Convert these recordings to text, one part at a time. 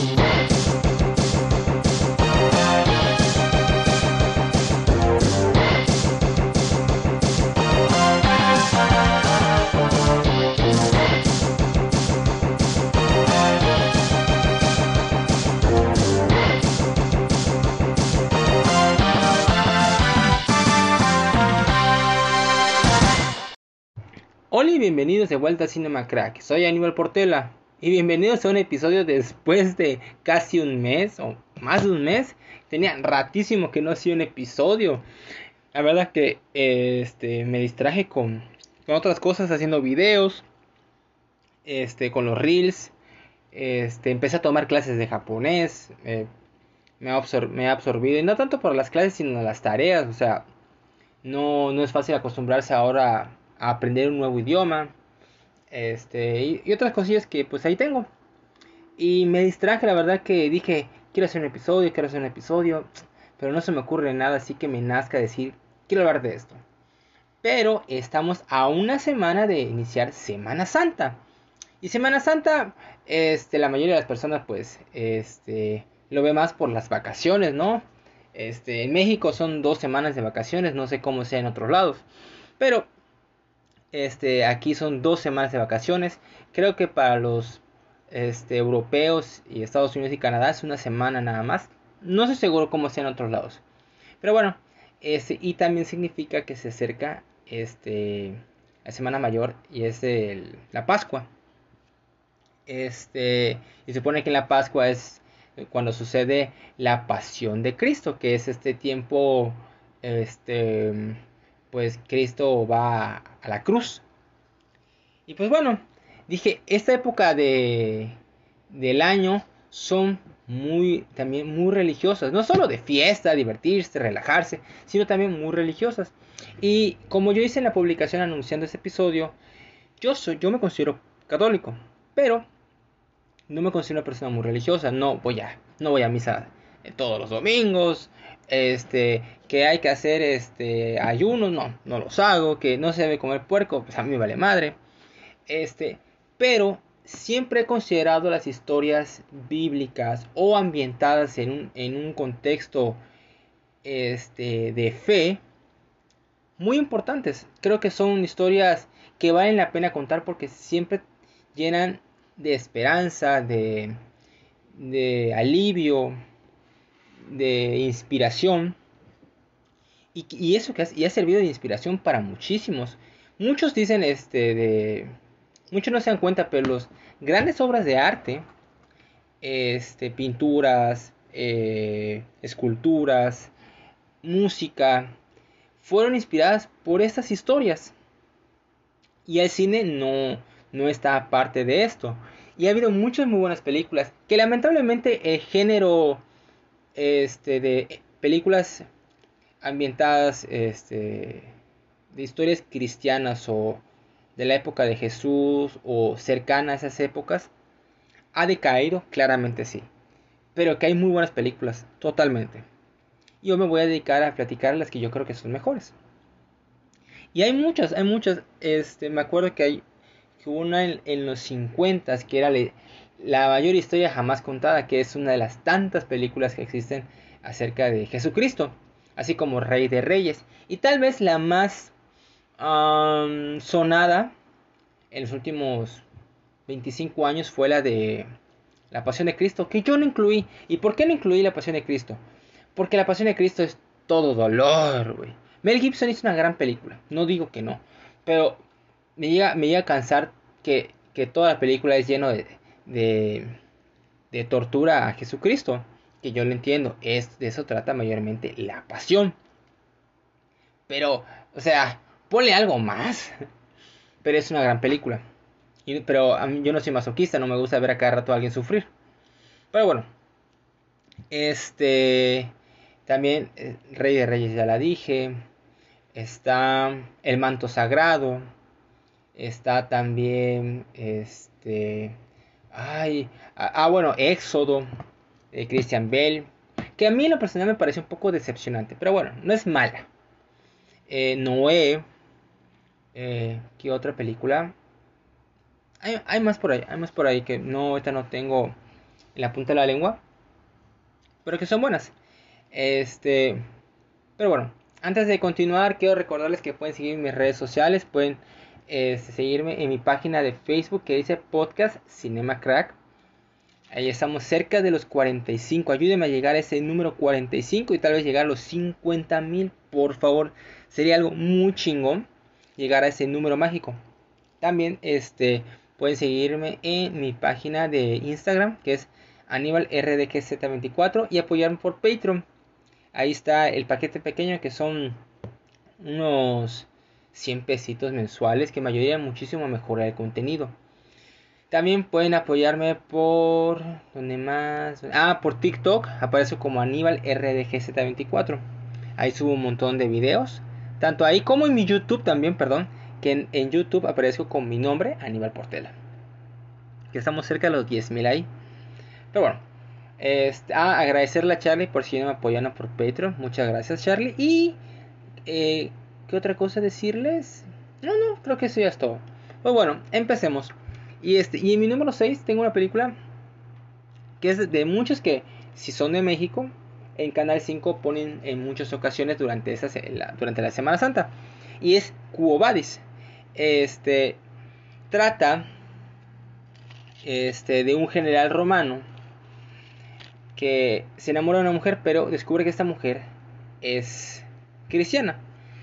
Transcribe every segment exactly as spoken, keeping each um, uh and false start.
Hola y bienvenidos de vuelta a Cinema Crack, soy Aníbal Portela y bienvenidos a un episodio después de casi un mes o más de un mes. Tenía ratísimo que no hacía un episodio. La verdad que este, me distraje con, con otras cosas, haciendo videos, este, con los reels. Este, empecé a tomar clases de japonés, eh, me, ha absor- me ha absorbido, y no tanto por las clases sino las tareas. O sea, no, no es fácil acostumbrarse ahora a aprender un nuevo idioma. Este, y, y otras cosillas que pues ahí tengo. Y me distraje, la verdad que dije, quiero hacer un episodio, quiero hacer un episodio. Pero no se me ocurre nada, así que me nazca decir, quiero hablar de esto. Pero estamos a una semana de iniciar Semana Santa. Y Semana Santa, este, la mayoría de las personas pues, este, lo ve más por las vacaciones, ¿no? Este, en México son dos semanas de vacaciones, no sé cómo sea en otros lados. Pero este, aquí son dos semanas de vacaciones. Creo que para los este, europeos y Estados Unidos y Canadá es una semana nada más. No estoy seguro cómo sea en otros lados. Pero bueno, este, y también significa que se acerca este, la Semana Mayor y es el- la Pascua. Este, y se supone que en la Pascua es cuando sucede la Pasión de Cristo, que es este tiempo, este, pues Cristo va a la cruz. Y pues bueno, dije, esta época de, del año son muy, también muy religiosas. No solo de fiesta, divertirse, relajarse, sino también muy religiosas. Y como yo hice en la publicación anunciando este episodio, yo, soy, yo me considero católico, pero no me considero una persona muy religiosa. No voy a, no voy a misa eh, todos los domingos. Este, que hay que hacer este ayunos, no, no los hago. Que no se debe comer puerco, pues a mí me vale madre. Este, pero siempre he considerado las historias bíblicas o ambientadas en un, en un contexto este, de fe muy importantes. Creo que son historias que valen la pena contar porque siempre llenan de esperanza, de, de alivio, de inspiración. Y, y eso que ha, y ha servido de inspiración para muchísimos. Muchos dicen este de muchos no se dan cuenta, pero las grandes obras de arte, este, pinturas, eh, esculturas, música, fueron inspiradas por estas historias. Y el cine no, no está aparte de esto. Y ha habido muchas muy buenas películas que lamentablemente el género este, de películas ambientadas este, de historias cristianas o de la época de Jesús o cercana a esas épocas ha decaído, claramente sí, pero que hay muy buenas películas, totalmente. Yo me voy a dedicar a platicar las que yo creo que son mejores. Y hay muchas, hay muchas, este, me acuerdo que hay que una en, en los cincuenta que era le, la mayor historia jamás contada, que es una de las tantas películas que existen acerca de Jesucristo, así como Rey de Reyes. Y tal vez la más um, sonada en los últimos veinticinco años fue la de La Pasión de Cristo, que yo no incluí. ¿Y por qué no incluí La Pasión de Cristo? Porque La Pasión de Cristo es todo dolor, güey. Mel Gibson hizo una gran película, no digo que no, pero me llega, me llega a cansar que, que toda la película es lleno de, de, de tortura a Jesucristo, que yo lo entiendo, es, de eso trata mayormente La Pasión. Pero, o sea, ponle algo más. Pero es una gran película. Y, pero a mí, yo no soy masoquista, no me gusta ver a cada rato a alguien sufrir. Pero bueno, este... También eh, Rey de Reyes ya la dije. Está El Manto Sagrado. Está también este... Ay, ah, ah, bueno, Éxodo de Christian Bale. Que a mí en lo personal me parece un poco decepcionante. Pero bueno, no es mala. Eh, Noé. Eh, ¿Qué otra película? Hay, hay más por ahí, hay más por ahí que no, ahorita no tengo en la punta de la lengua, pero que son buenas. Este, pero bueno, antes de continuar, quiero recordarles que pueden seguir mis redes sociales, pueden este, seguirme en mi página de Facebook que dice Podcast Cinema Crack. Ahí estamos cerca de los cuarenta y cinco. Ayúdenme a llegar a ese número cuarenta y cinco y tal vez llegar a los cincuenta mil, por favor. Sería algo muy chingón llegar a ese número mágico. También este, pueden seguirme en mi página de Instagram, que es Aníbal R D G Z veinticuatro, y apoyarme por Patreon. Ahí está el paquete pequeño, que son unos cien pesitos mensuales, que me ayudarían muchísimo a mejorar el contenido. También pueden apoyarme por... ¿Dónde más? Ah, por TikTok. Aparezco como Aníbal R D G Z veinticuatro. Ahí subo un montón de videos. Tanto ahí como en mi YouTube también, perdón. Que en, en YouTube aparezco con mi nombre, Aníbal Portela. Que estamos cerca de los diez mil ahí. Pero bueno. Este, ah, agradecerle a Charlie por si no me apoyan por Patreon. Muchas gracias, Charlie. Y... Eh, ¿qué otra cosa decirles? No, no, creo que eso ya es todo. Pues bueno, empecemos. Y, este, y en mi número seis tengo una película que es de muchos que, si son de México, en Canal cinco ponen en muchas ocasiones durante, esa, la, durante la Semana Santa. Y es Quo Vadis. Este trata este, de un general romano que se enamora de una mujer, pero descubre que esta mujer es cristiana.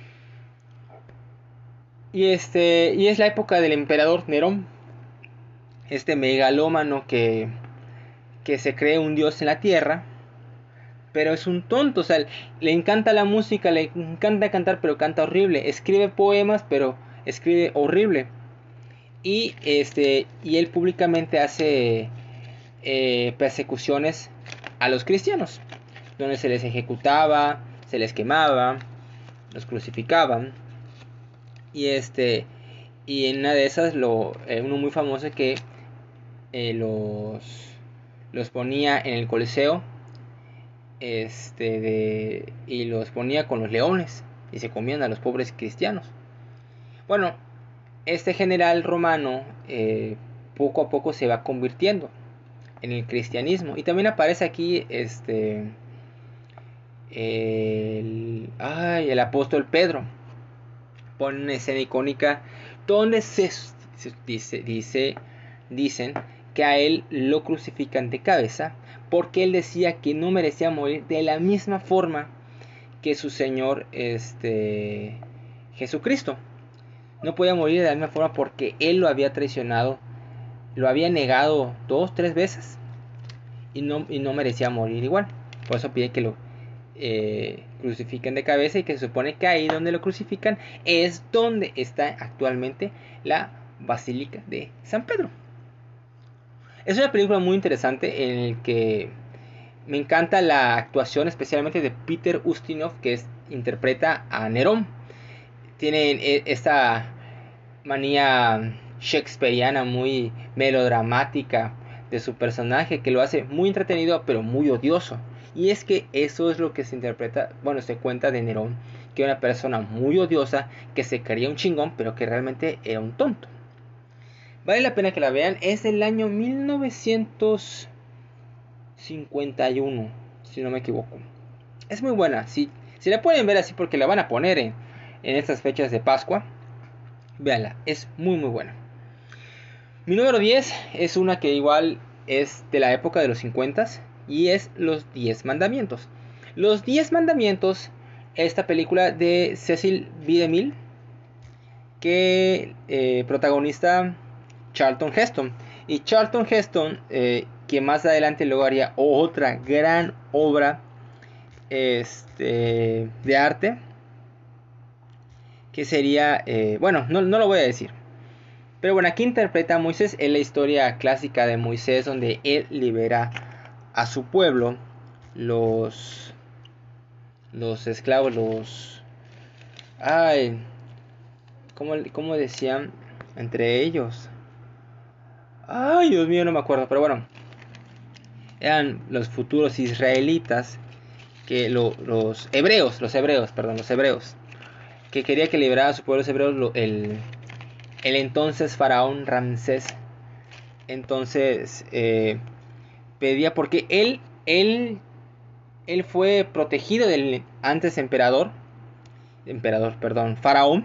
Y, este, y es la época del emperador Nerón, este megalómano que, que se cree un dios en la tierra, pero es un tonto. O sea, le encanta la música, le encanta cantar, pero canta horrible. Escribe poemas, pero escribe horrible. Y, este, y él públicamente hace eh, persecuciones a los cristianos, donde se les ejecutaba, se les quemaba, los crucificaban. Y este y en una de esas, lo, eh, uno muy famoso que eh, los, los ponía en el Coliseo, este, de, y los ponía con los leones y se comían a los pobres cristianos. Bueno, este general romano eh, poco a poco se va convirtiendo en el cristianismo. Y también aparece aquí este el, ay, el apóstol Pedro. Pone una escena icónica donde se, se dice, dice, dicen que a él lo crucifican de cabeza porque él decía que no merecía morir de la misma forma que su Señor este, Jesucristo. No podía morir de la misma forma porque él lo había traicionado, lo había negado dos, tres veces y no, y no merecía morir igual. Por eso pide que lo eh, crucifiquen de cabeza, y que se supone que ahí donde lo crucifican es donde está actualmente la Basílica de San Pedro. Es una película muy interesante en la que me encanta la actuación especialmente de Peter Ustinov, que es, interpreta a Nerón. Tiene esta manía shakespeariana muy melodramática de su personaje, que lo hace muy entretenido pero muy odioso. Y es que eso es lo que se interpreta, bueno, se cuenta de Nerón, que era una persona muy odiosa, que se creía un chingón, pero que realmente era un tonto. Vale la pena que la vean. Es del año mil novecientos cincuenta y uno, si no me equivoco. Es muy buena. Si, si la pueden ver así porque la van a poner en, en estas fechas de Pascua, véanla. Es muy muy buena. Mi número diez es una que igual es de la época de los cincuenta y es Los diez Mandamientos. Los diez Mandamientos, esta película de Cecil B. DeMille, que eh, protagonista Charlton Heston. Y Charlton Heston, eh, que más adelante luego haría otra gran obra este, de arte, que sería, eh, bueno, no, no lo voy a decir. Pero bueno, aquí interpreta a Moisés en la historia clásica de Moisés, donde él libera a su pueblo, los, los esclavos, los... Ay, ¿cómo, cómo decían entre ellos? Ay, Dios mío, no me acuerdo, pero bueno. Eran los futuros israelitas, que lo, los hebreos, los hebreos, perdón, los hebreos, que quería que liberara a su pueblo hebreos, lo, el, el entonces faraón Ramsés. Entonces, eh, pedía, porque él, él, él fue protegido del antes emperador, emperador, perdón, faraón,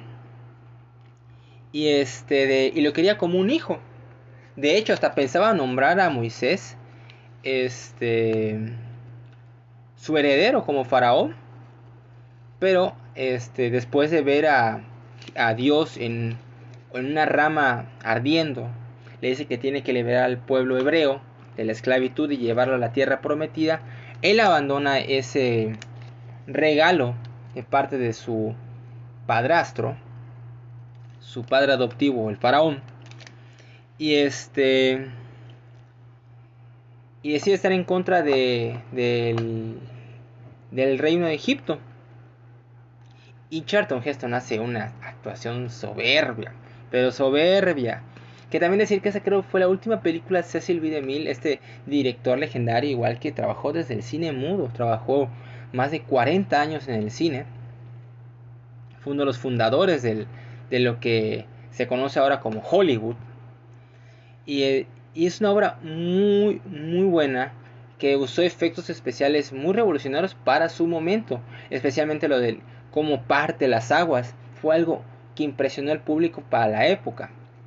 y este, de, y lo quería como un hijo. De hecho, hasta pensaba nombrar a Moisés, este, su heredero como faraón, pero este, después de ver a, a Dios en, en una rama ardiendo, le dice que tiene que liberar al pueblo hebreo de la esclavitud y llevarlo a la tierra prometida. Él abandona ese regalo de parte de su padrastro, su padre adoptivo, el faraón, y este y decide estar en contra de, del, del reino de Egipto. Y Charlton Heston hace una actuación soberbia, pero soberbia. Que también decir que esa creo fue la última película de Cecil B. DeMille, este director legendario, igual que trabajó desde el cine mudo, trabajó más de cuarenta años en el cine. Fue uno de los fundadores del, de lo que se conoce ahora como Hollywood. Y, eh, y es una obra muy, muy buena, que usó efectos especiales muy revolucionarios para su momento, especialmente lo de cómo parte las aguas. Fue algo que impresionó al público para la época.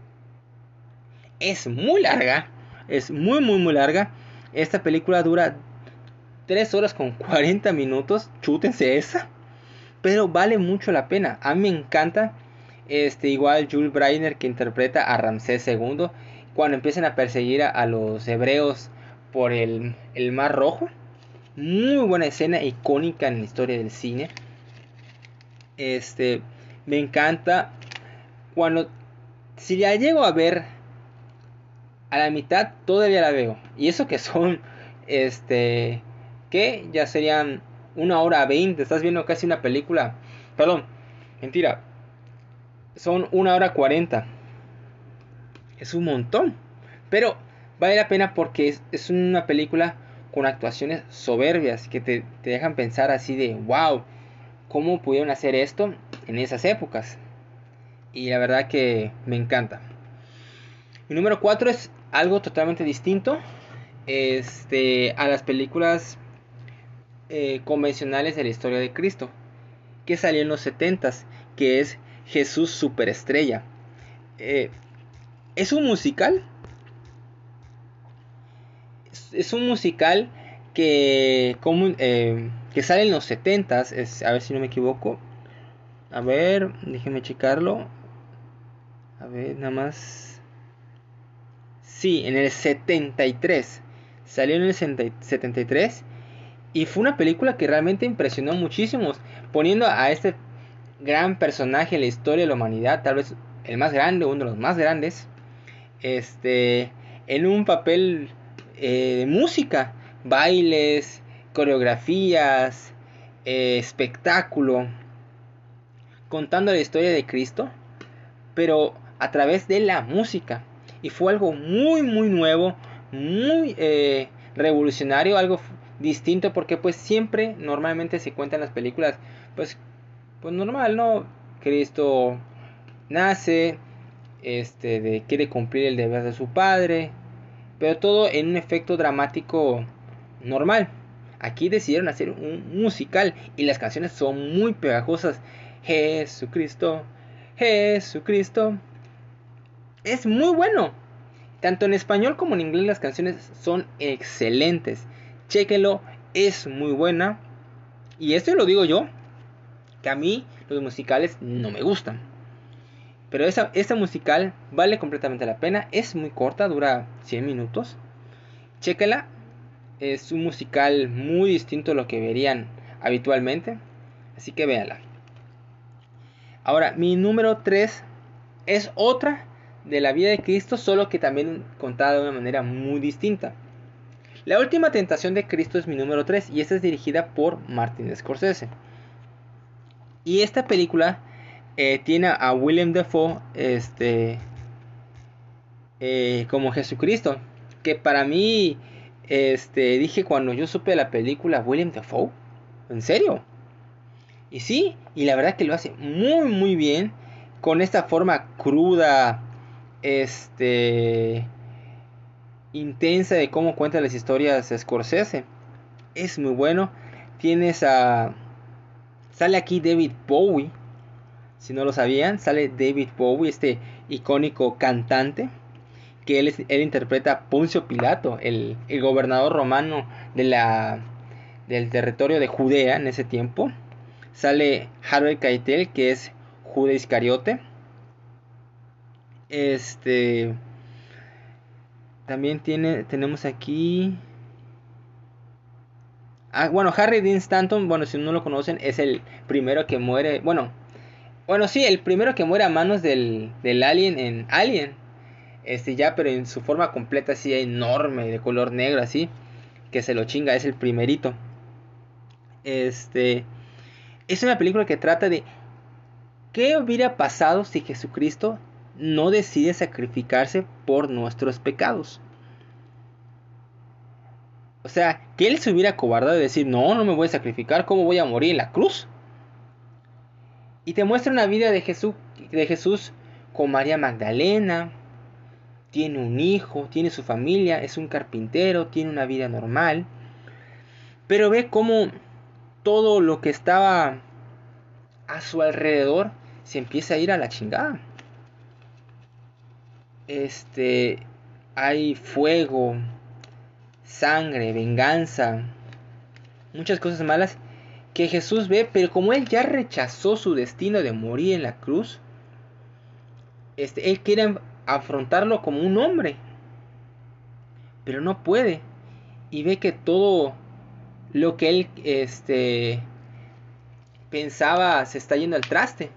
Es muy larga, es muy, muy, muy larga. Esta película dura tres horas con cuarenta minutos, chútense esa, pero vale mucho la pena. A mí me encanta, este, igual Jules Briner, que interpreta a Ramsés segundo, cuando empiezan a perseguir a, a los hebreos por el, el Mar Rojo. Muy buena escena, icónica en la historia del cine. Este, me encanta cuando, si ya llego a ver a la mitad, todavía la veo. Y eso que son, este, que ya serían una hora veinte. Estás viendo casi una película. Perdón, mentira. Son una hora cuarenta. Es un montón. Pero vale la pena porque es, es una película con actuaciones soberbias que te, te dejan pensar así de wow, ¿cómo pudieron hacer esto en esas épocas? Y la verdad que me encanta. Mi número cuatro es algo totalmente distinto, este, a las películas eh, convencionales de la historia de Cristo, que salió en los setentas, que es Jesús Superestrella. Eh, es un musical. Es, es un musical que, como, eh, que sale en los setentas. Es, a ver si no me equivoco. A ver, déjenme checarlo. A ver, nada más. Sí, en el setenta y tres. Salió en el setenta y tres. Y fue una película que realmente impresionó muchísimos, poniendo a este gran personaje en la historia de la humanidad, tal vez el más grande, uno de los más grandes, este, en un papel eh, de música, bailes, coreografías, eh, espectáculo, contando la historia de Cristo, pero a través de la música. Y fue algo muy, muy nuevo, muy eh, revolucionario, algo distinto, porque pues siempre normalmente se cuentan las películas pues pues normal, ¿no? Cristo nace, este de quiere cumplir el deber de su padre, pero todo en un efecto dramático normal. Aquí decidieron hacer un musical y las canciones son muy pegajosas. Jesucristo, Jesucristo. Es muy bueno. Tanto en español como en inglés las canciones son excelentes. Chéquenlo, es muy buena. Y esto lo digo yo, que a mí los musicales no me gustan. Pero esa, esta musical vale completamente la pena. Es muy corta, dura cien minutos. Chéquenla. Es un musical muy distinto a lo que verían habitualmente. Así que véanla. Ahora, mi número tres es otra de la vida de Cristo, solo que también contada de una manera muy distinta. La última tentación de Cristo es mi número tres y esta es dirigida por Martin Scorsese. Y esta película eh, tiene a William Dafoe este, eh, como Jesucristo, que para mí este, dije cuando yo supe de la película, William Dafoe, ¿en serio? Y sí, y la verdad que lo hace muy muy bien, con esta forma cruda, este intensa de cómo cuenta las historias Scorsese. Es muy bueno. Tienes a... Sale aquí David Bowie. Si no lo sabían, sale David Bowie, este icónico cantante. Que él, es- él interpreta a Poncio Pilato, el, el gobernador romano de la, del territorio de Judea en ese tiempo. Sale Harvey Keitel, que es Judas Iscariote. Este... También tiene, tenemos aquí... Ah, bueno, Harry Dean Stanton, bueno, si no lo conocen, es el primero que muere. Bueno, bueno, sí, el primero que muere a manos del, del alien en Alien. Este ya, pero en su forma completa, así enorme, de color negro, así. Que se lo chinga, es el primerito. Este. Es una película que trata de qué hubiera pasado si Jesucristo no decide sacrificarse por nuestros pecados. O sea, que él se hubiera acobardado de decir, no, no me voy a sacrificar, ¿cómo voy a morir en la cruz? Y te muestra una vida de Jesús, de Jesús con María Magdalena, tiene un hijo, tiene su familia, es un carpintero, tiene una vida normal. Pero ve cómo todo lo que estaba a su alrededor se empieza a ir a la chingada. Este, hay fuego, sangre, venganza, muchas cosas malas que Jesús ve, pero como él ya rechazó su destino de morir en la cruz, este, él quiere afrontarlo como un hombre, pero no puede. Y ve que todo lo que él este, pensaba se está yendo al traste.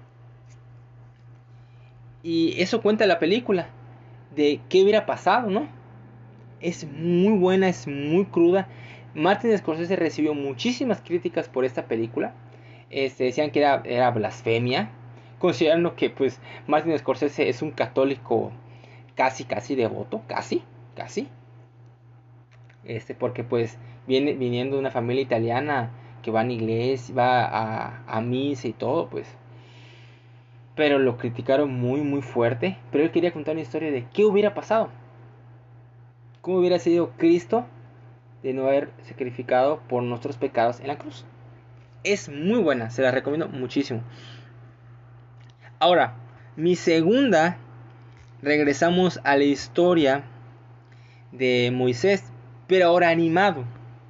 Y eso cuenta la película, de qué hubiera pasado, ¿no? Es muy buena, es muy cruda. Martin Scorsese recibió muchísimas críticas por esta película. Este, decían que era, era blasfemia, considerando que pues Martin Scorsese es un católico casi casi devoto, casi, casi. Este, porque pues viene viniendo de una familia italiana que va a la iglesia, va a, a misa y todo, pues. Pero lo criticaron muy muy fuerte. Pero él quería contar una historia de qué hubiera pasado. ¿Cómo hubiera sido Cristo de no haber sacrificado por nuestros pecados en la cruz? Es muy buena, se la recomiendo muchísimo. Ahora, mi segunda, regresamos a la historia de Moisés, pero ahora animado.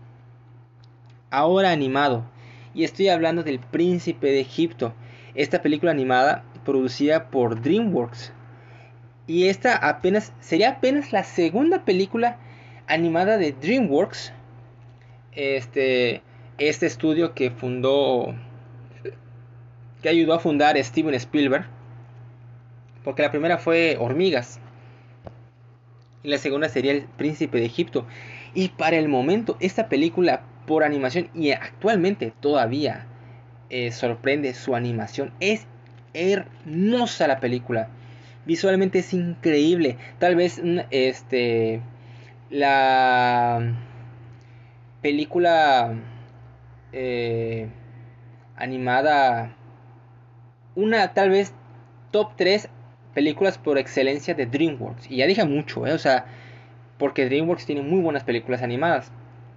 Ahora animado. Y estoy hablando del Príncipe de Egipto. Esta película animada producida por DreamWorks. Y esta apenas sería apenas la segunda película animada de DreamWorks. Este, este estudio que fundó, que ayudó a fundar Steven Spielberg. Porque la primera fue Hormigas. Y la segunda sería El Príncipe de Egipto. Y para el momento, esta película por animación, y actualmente todavía eh, sorprende su animación. Es hermosa la película. Visualmente es increíble. Tal vez este la película eh, animada, una tal vez top tres películas por excelencia de DreamWorks. Y ya dije mucho, ¿eh? O sea, porque DreamWorks tiene muy buenas películas animadas.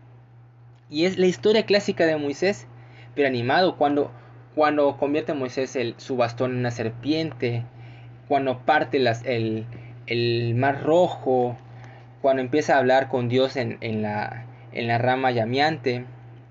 Y es la historia clásica de Moisés, pero animado, cuando, cuando convierte a Moisés el, su bastón en una serpiente, cuando parte las, el, el mar rojo, cuando empieza a hablar con Dios en, en, la, en la rama llameante.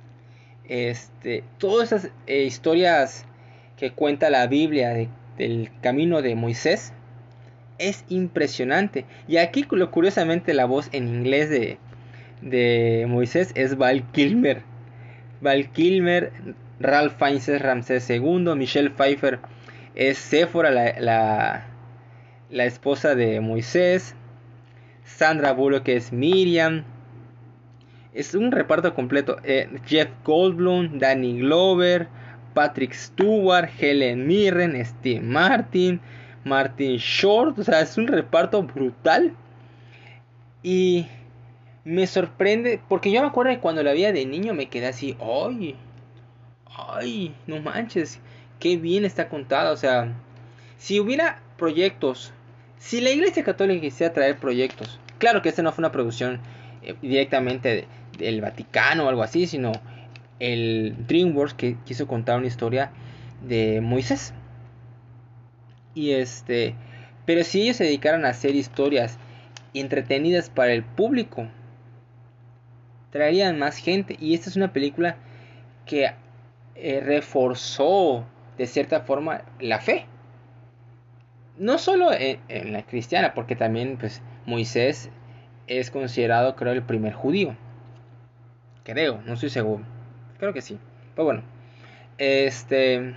Este, todas esas eh, historias que cuenta la Biblia de, del camino de Moisés es impresionante. Y aquí, curiosamente, la voz en inglés de, de Moisés es Val Kilmer. Val Kilmer, Ralph Fiennes es Ramsés segundo, Michelle Pfeiffer es Séfora, la, la, la esposa de Moisés, Sandra Bullock es Miriam. Es un reparto completo. Eh, Jeff Goldblum, Danny Glover, Patrick Stewart, Helen Mirren, Steve Martin, Martin Short. O sea, es un reparto brutal. Y me sorprende, porque yo me acuerdo que cuando la veía de niño me quedé así, ¡ay! ¡Ay! No manches, qué bien está contada. O sea, si hubiera proyectos, si la Iglesia Católica quisiera traer proyectos Claro que esta no fue una producción eh, directamente de, del Vaticano o algo así, sino el DreamWorks que quiso contar una historia de Moisés. Y este, pero si ellos se dedicaran a hacer historias entretenidas para el público, traerían más gente. Y esta es una película que eh, reforzó de cierta forma la fe. No solo en, en la cristiana, porque también pues Moisés es considerado, creo, el primer judío. Creo, no estoy seguro. Creo que sí. Pero bueno, este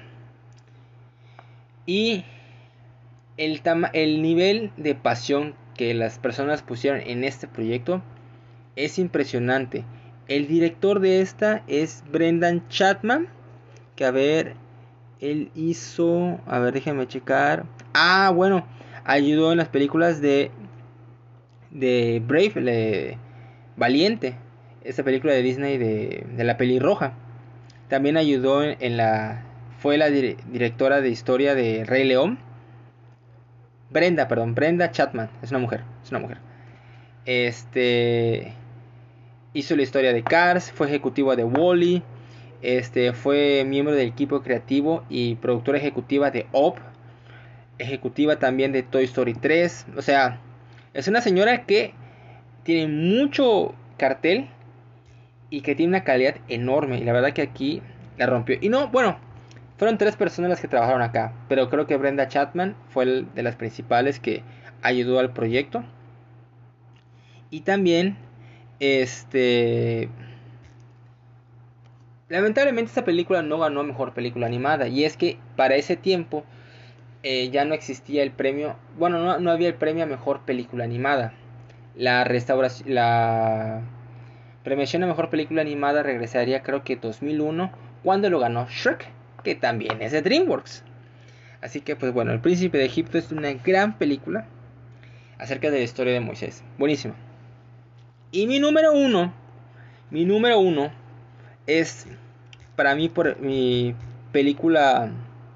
y el, tama el nivel de pasión que las personas pusieron en este proyecto es impresionante. El director de esta es Brendan Chapman, que a ver, él hizo, a ver, déjenme checar. Ah, bueno, ayudó en las películas de de Brave, le, Valiente, esta película de Disney de, de la pelirroja. También ayudó en, en la, fue la dire, directora de historia de Rey León. Brenda, perdón, Brenda Chapman, es una mujer, es una mujer. Este hizo la historia de Cars, fue ejecutiva de Wall-E, este fue miembro del equipo creativo y productora ejecutiva de Up, ejecutiva también de Toy Story tres. O sea, es una señora que tiene mucho cartel y que tiene una calidad enorme. Y la verdad que aquí la rompió. Y no, bueno, fueron tres personas las que trabajaron acá, pero creo que Brenda Chapman fue el de las principales que ayudó al proyecto. Y también, este... lamentablemente esta película no ganó mejor película animada. Y es que para ese tiempo eh, ya no existía el premio. Bueno, no, no había el premio a mejor película animada. La restauración, la premiación a mejor película animada regresaría creo que dos mil uno, cuando lo ganó Shrek, que también es de DreamWorks. Así que pues bueno, El Príncipe de Egipto es una gran película acerca de la historia de Moisés. Buenísima. Y mi número uno, mi número uno es para mí por mi película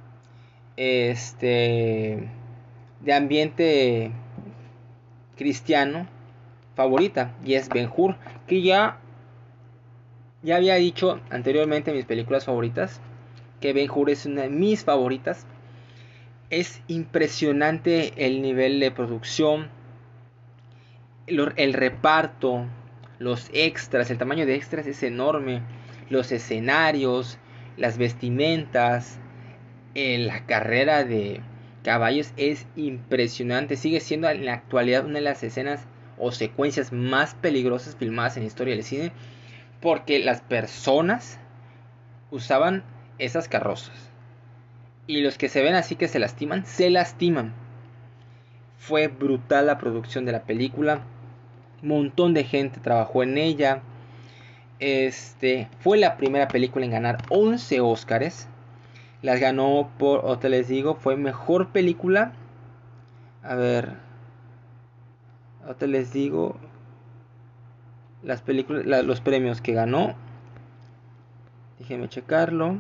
este de ambiente cristiano favorita, y es Ben-Hur, que ya ya había dicho anteriormente en mis películas favoritas que Ben-Hur es una de mis favoritas. Es impresionante el nivel de producción, el, el reparto, los extras, el tamaño de extras es enorme, los escenarios, las vestimentas, eh, la carrera de caballos es impresionante. Sigue siendo en la actualidad una de las escenas o secuencias más peligrosas filmadas en la historia del cine, porque las personas usaban esas carrozas y los que se ven así que se lastiman, se lastiman. Fue brutal la producción de la película, un montón de gente trabajó en ella. Este fue la primera película en ganar once Óscares. Las ganó por, o te les digo, fue mejor película. A ver, o te les digo las películas, la, los premios que ganó. Déjenme checarlo.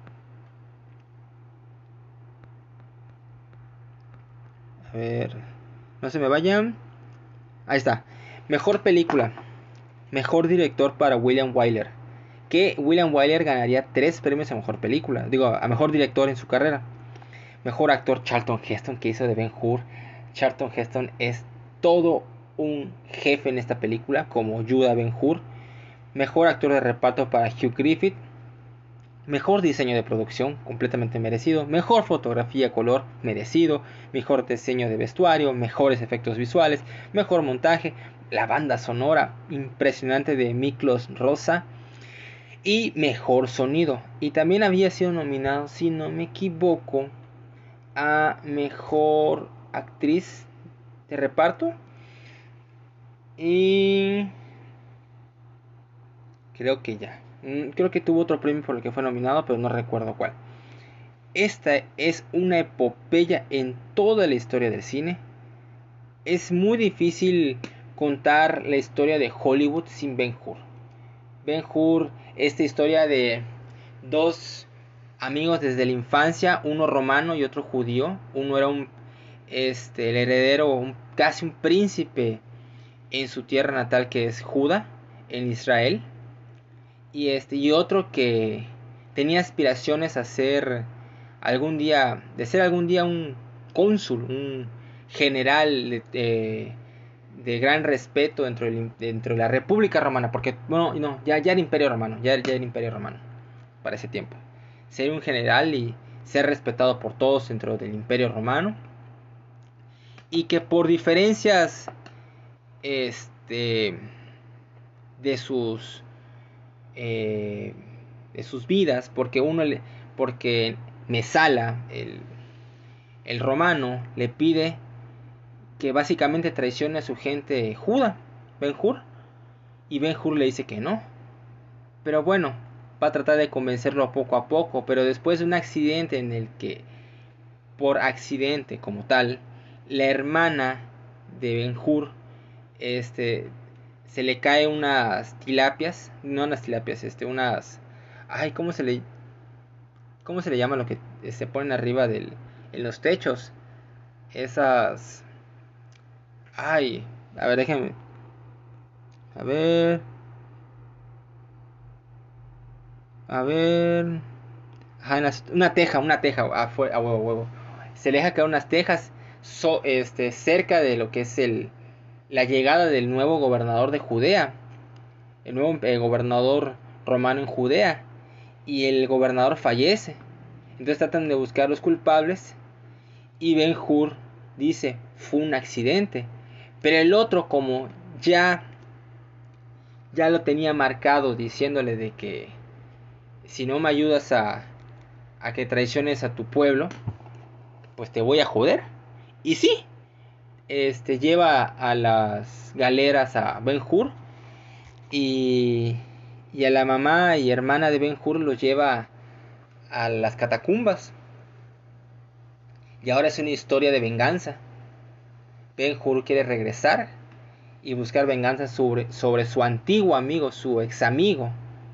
A ver, no se me vayan. Ahí está. Mejor película, mejor director para William Wyler. Que William Wyler ganaría tres premios a mejor película. Digo, a mejor director en su carrera. Mejor actor Charlton Heston, que hizo de Ben-Hur. Charlton Heston es todo un jefe en esta película, como Judah Ben-Hur. Mejor actor de reparto para Hugh Griffith. Mejor diseño de producción, completamente merecido. Mejor fotografía color, merecido. Mejor diseño de vestuario, mejores efectos visuales, mejor montaje. La banda sonora impresionante de Miklos Rosa. Y mejor sonido. Y también había sido nominado, si no me equivoco, a mejor actriz de reparto. Y creo que ya. Creo que tuvo otro premio por el que fue nominado, pero no recuerdo cuál. Esta es una epopeya en toda la historia del cine. Es muy difícil contar la historia de Hollywood sin Ben-Hur. Ben-Hur, esta historia de dos amigos desde la infancia, uno romano y otro judío. Uno era un, este, el heredero, un, casi un príncipe en su tierra natal, que es Judá, en Israel, y este y otro que tenía aspiraciones a ser algún día, de ser algún día un cónsul, un general de, de, de gran respeto dentro, del, dentro de la República Romana, porque bueno, no, ya, ya era Imperio Romano, ya, ya era Imperio Romano para ese tiempo. Ser un general y ser respetado por todos dentro del Imperio Romano, y que por diferencias este de sus eh, de sus vidas, porque uno le, porque Mesala, el, el romano, le pide que básicamente traicione a su gente Judá, Ben-Hur, y Ben-Hur le dice que no. Pero bueno, va a tratar de convencerlo poco a poco, pero después de un accidente en el que, por accidente como tal, la hermana de Ben-Hur, este, se le cae unas tilapias, no unas tilapias, este, unas, ay, ¿cómo se le, cómo se le llama lo que se ponen arriba del, en los techos? Esas, ay, a ver, déjenme, a ver, a ver, ajá, una teja, una teja, a, a huevo, huevo. Se le deja caer unas tejas so, este, cerca de lo que es el, la llegada del nuevo gobernador de Judea, el nuevo eh, gobernador romano en Judea, y el gobernador fallece. Entonces tratan de buscar los culpables y Ben-Hur dice, fue un accidente. Pero el otro, como ya ya lo tenía marcado, diciéndole de que si no me ayudas a, a que traiciones a tu pueblo, pues te voy a joder. Y sí, este lleva a las galeras a Ben-Hur, y, y a la mamá y hermana de Ben-Hur los lleva a las catacumbas. Y ahora es una historia de venganza. Ben-Hur quiere regresar y buscar venganza sobre, sobre su antiguo amigo, su ex amigo.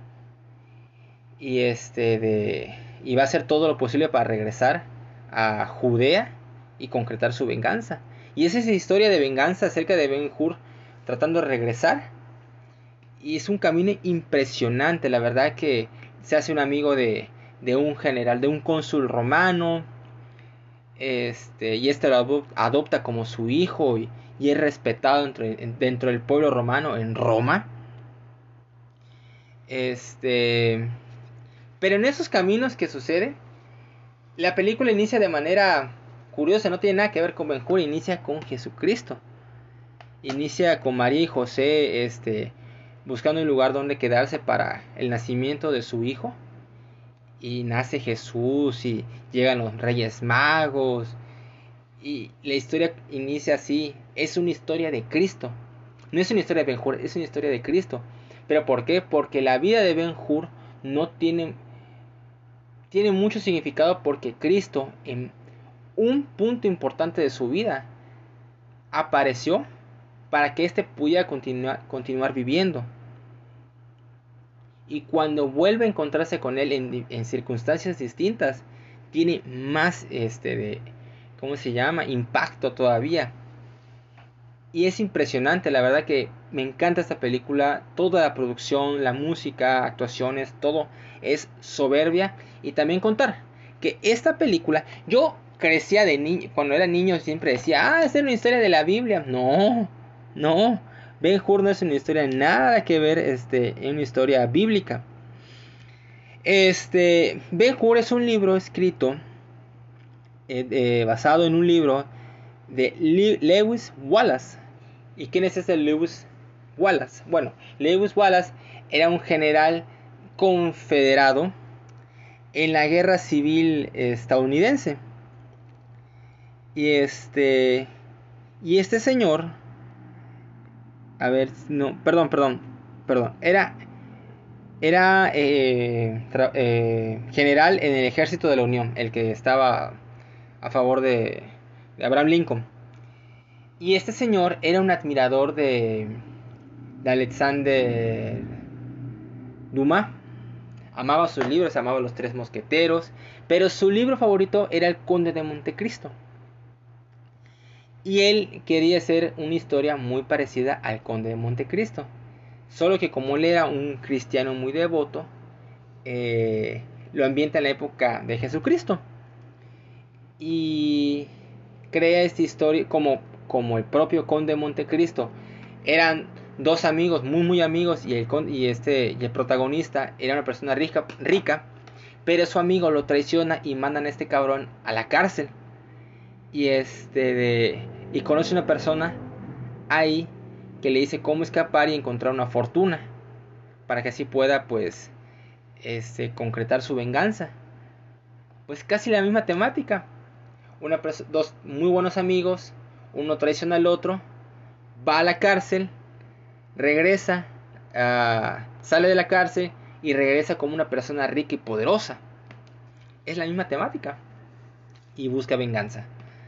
Y este de y va a hacer todo lo posible para regresar a Judea y concretar su venganza. Y es esa historia de venganza acerca de Ben-Hur tratando de regresar. Y es un camino impresionante, la verdad, que se hace un amigo de, de un general, de un cónsul romano. Este, y este lo adopta como su hijo, y, y es respetado dentro, dentro del pueblo romano en Roma. Este, pero en esos caminos que sucede, la película inicia de manera curiosa, no tiene nada que ver con Ben-Hur, inicia con Jesucristo. Inicia con María y José, este, buscando un lugar donde quedarse para el nacimiento de su hijo. Y nace Jesús y llegan los Reyes Magos. Y la historia inicia así. Es una historia de Cristo. No es una historia de Ben-Hur, es una historia de Cristo. ¿Pero por qué? Porque la vida de Ben-Hur no tiene, tiene mucho significado, porque Cristo en un punto importante de su vida apareció para que éste pudiera continuar, continuar viviendo. Y cuando vuelve a encontrarse con él en, en circunstancias distintas, tiene más este de, ¿cómo se llama? Impacto todavía. Y es impresionante, la verdad que me encanta esta película. Toda la producción, la música, actuaciones, todo es soberbia. Y también contar que esta película, yo crecía de niño, cuando era niño siempre decía, ah, es una historia de la Biblia. No, no, Ben-Hur no es una historia, nada que ver, este, en una historia bíblica. Este, Ben-Hur es un libro escrito, eh, eh, basado en un libro de Le Lewis Wallace. ¿Y quién es ese Lewis Wallace? Bueno, Lewis Wallace era un general confederado en la guerra civil estadounidense. Y este y este señor, a ver, no, perdón, perdón, perdón, era era eh, tra, eh, general en el ejército de la Unión, el que estaba a favor de, de Abraham Lincoln. Y este señor era un admirador de, de Alexander Dumas. Amaba sus libros, amaba Los Tres Mosqueteros, pero su libro favorito era El Conde de Montecristo. Y él quería hacer una historia muy parecida al Conde de Montecristo. Solo que como él era un cristiano muy devoto, eh, lo ambienta en la época de Jesucristo. Y crea esta historia como, como el propio Conde de Montecristo. Eran dos amigos, muy muy amigos, y el, y este, y el protagonista era una persona rica, rica, pero su amigo lo traiciona y mandan a este cabrón a la cárcel. Y este de, y conoce una persona ahí que le dice cómo escapar y encontrar una fortuna para que así pueda pues este concretar su venganza. Pues casi la misma temática. Una dos muy buenos amigos, uno traiciona al otro, va a la cárcel, regresa, uh, sale de la cárcel y regresa como una persona rica y poderosa. Es la misma temática y busca venganza.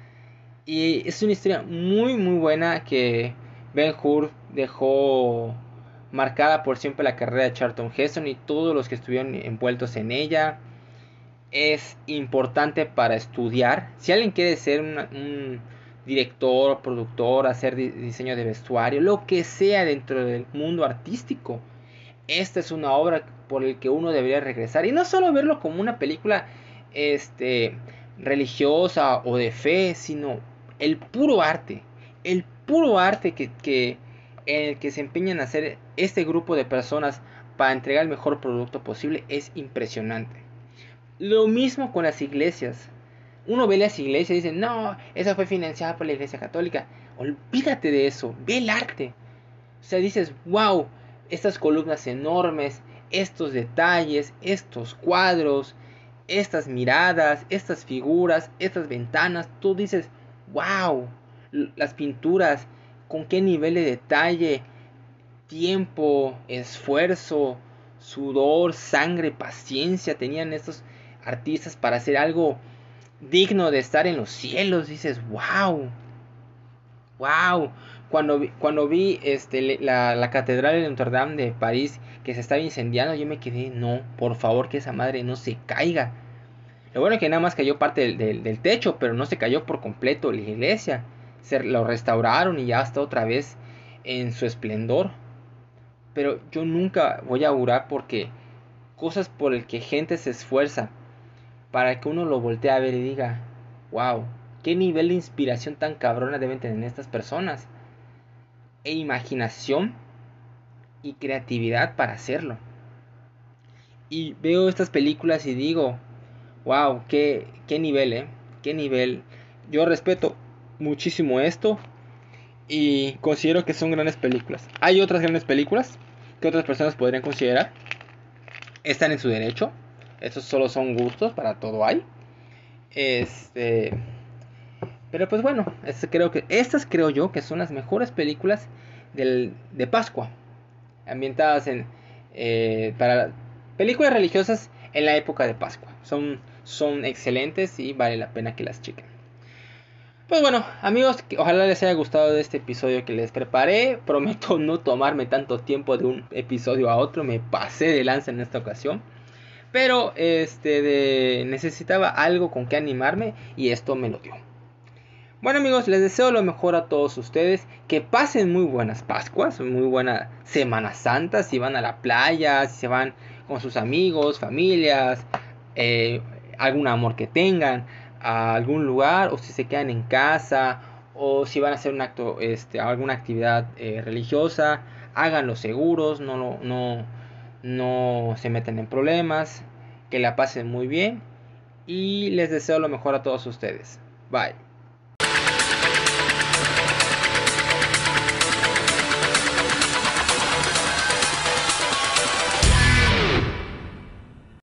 Y es una historia muy muy buena que Ben-Hur dejó marcada por siempre la carrera de Charlton Heston y todos los que estuvieron envueltos en ella. Es importante para estudiar. Si alguien quiere ser una, un director, productor, hacer di diseño de vestuario, lo que sea dentro del mundo artístico, esta es una obra por la que uno debería regresar. Y no solo verlo como una película este, religiosa o de fe, sino el puro arte. El puro arte que, que, en el que se empeñan a hacer este grupo de personas para entregar el mejor producto posible es impresionante. Lo mismo con las iglesias. Uno ve las iglesias y dice, no, esa fue financiada por la iglesia católica. Olvídate de eso, ve el arte. O sea, dices, wow, estas columnas enormes, estos detalles, estos cuadros, estas miradas, estas figuras, estas ventanas. Tú dices, wow, las pinturas, con qué nivel de detalle, tiempo, esfuerzo, sudor, sangre, paciencia tenían estos artistas para hacer algo digno de estar en los cielos. Dices, wow, wow. Cuando vi, cuando vi este, la, la catedral de Notre Dame de París que se estaba incendiando, yo me quedé, no, por favor que esa madre no se caiga. Lo bueno es que nada más cayó parte del, del, del techo, pero no se cayó por completo la iglesia. Se lo restauraron y ya está otra vez en su esplendor. Pero yo nunca voy a augurar porque cosas por el que gente se esfuerza para que uno lo voltee a ver y diga, wow, qué nivel de inspiración tan cabrona deben tener estas personas. E imaginación y creatividad para hacerlo. Y veo estas películas y digo, wow, qué, qué nivel, eh, qué nivel. Yo respeto muchísimo esto y considero que son grandes películas. Hay otras grandes películas que otras personas podrían considerar. Están en su derecho. Estos solo son gustos, para todo hay. Este, pero pues bueno, este creo que estas creo yo que son las mejores películas del, de Pascua, ambientadas en eh, para películas religiosas en la época de Pascua. Son son excelentes y vale la pena que las chequen. Pues bueno, amigos, ojalá les haya gustado de este episodio que les preparé. Prometo no tomarme tanto tiempo de un episodio a otro. Me pasé de lanza en esta ocasión. Pero este de, necesitaba algo con que animarme y esto me lo dio. Bueno amigos, les deseo lo mejor a todos ustedes. Que pasen muy buenas Pascuas, muy buena Semana Santa. Si van a la playa, si se van con sus amigos, familias, eh, algún amor que tengan a algún lugar, o si se quedan en casa, o si van a hacer un acto, este, alguna actividad eh, religiosa, háganlo seguros, no, no, no, no se metan en problemas, que la pasen muy bien y les deseo lo mejor a todos ustedes. Bye.